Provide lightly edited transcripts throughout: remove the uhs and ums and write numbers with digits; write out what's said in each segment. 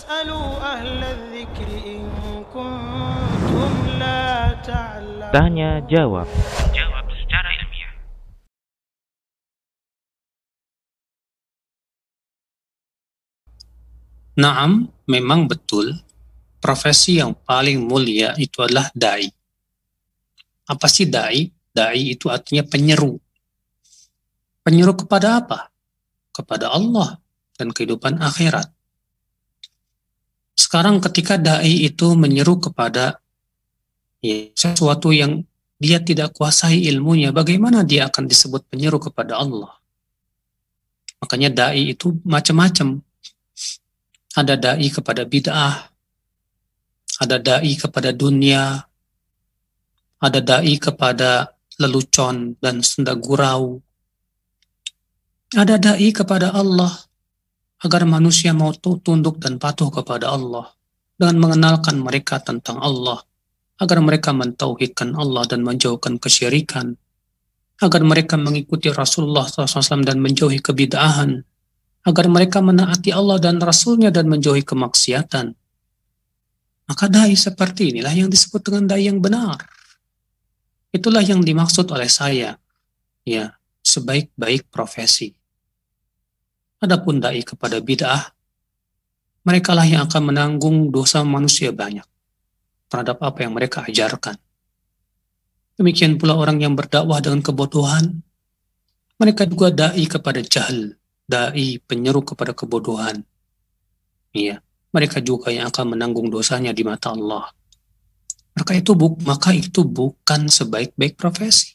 فاسألوا أهل الذكر إن كنتم لا تعلمون. Tanya jawab. Jawab secara ilmiah. Naam, memang betul, profesi yang paling mulia itu adalah da'i. Apa sih da'i? Da'i itu artinya penyeru. Penyeru kepada apa? Kepada Allah dan kehidupan akhirat. Sekarang ketika da'i itu menyeru kepada sesuatu yang dia tidak kuasai ilmunya, bagaimana dia akan disebut penyeru kepada Allah? Makanya da'i itu macam-macam. Ada da'i kepada bid'ah, ada da'i kepada dunia, ada da'i kepada lelucon dan senda gurau, ada da'i kepada Allah, agar manusia mau tunduk dan patuh kepada Allah, dengan mengenalkan mereka tentang Allah, agar mereka mentauhidkan Allah dan menjauhkan kesyirikan, agar mereka mengikuti Rasulullah SAW dan menjauhi kebid'ahan, agar mereka menaati Allah dan Rasulnya dan menjauhi kemaksiatan. Maka da'i seperti inilah yang disebut dengan da'i yang benar. Itulah yang dimaksud oleh saya, sebaik-baik profesi. Adapun da'i kepada bid'ah, merekalah yang akan menanggung dosa manusia banyak terhadap apa yang mereka ajarkan. Demikian pula orang yang berdakwah dengan kebodohan, mereka juga da'i kepada jahil, da'i penyeru kepada kebodohan. Mereka juga yang akan menanggung dosanya di mata Allah. Maka itu bukan sebaik-baik profesi.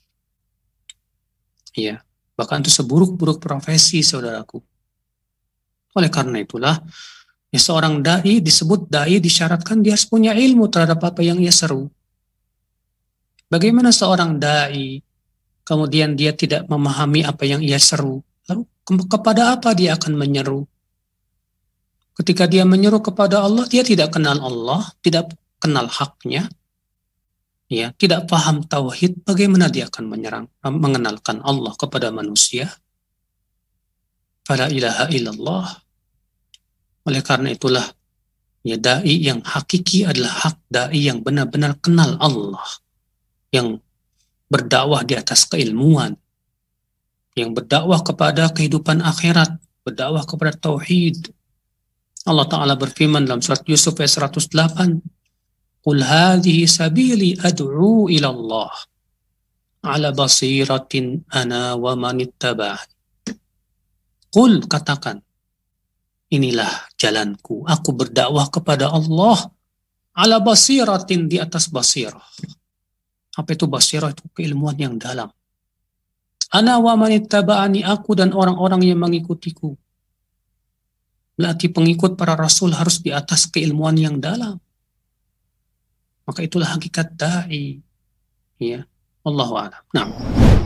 Bahkan itu seburuk-buruk profesi, saudaraku. Oleh karena itulah, seorang da'i disebut da'i disyaratkan dia harus punya ilmu terhadap apa yang ia seru. Bagaimana seorang da'i kemudian dia tidak memahami apa yang ia seru? Lalu kepada apa dia akan menyeru? Ketika dia menyeru kepada Allah, dia tidak kenal Allah, tidak kenal haknya, tidak paham tauhid, bagaimana dia akan mengenalkan Allah kepada manusia? Fala ilaha illallah. Oleh karena itulah, da'i yang hakiki adalah hak da'i yang benar-benar kenal Allah, yang berdakwah di atas keilmuan, yang berdakwah kepada kehidupan akhirat, berdakwah kepada tauhid. Allah Ta'ala berfirman dalam surat Yusuf ayat 108, Qul hadhihi sabili ad'u ila Allah ala basiratin ana wa manittaba'ani. Qul, katakan, inilah jalanku, aku berdakwah kepada Allah ala basiratin, di atas basirah. Apa itu basirah? Itu keilmuan yang dalam. Ana wa manittaba'ani, aku dan orang-orang yang mengikutiku. Berarti pengikut para rasul harus di atas keilmuan yang dalam. Maka itulah hakikat da'i. Wallahu a'lam. Nah.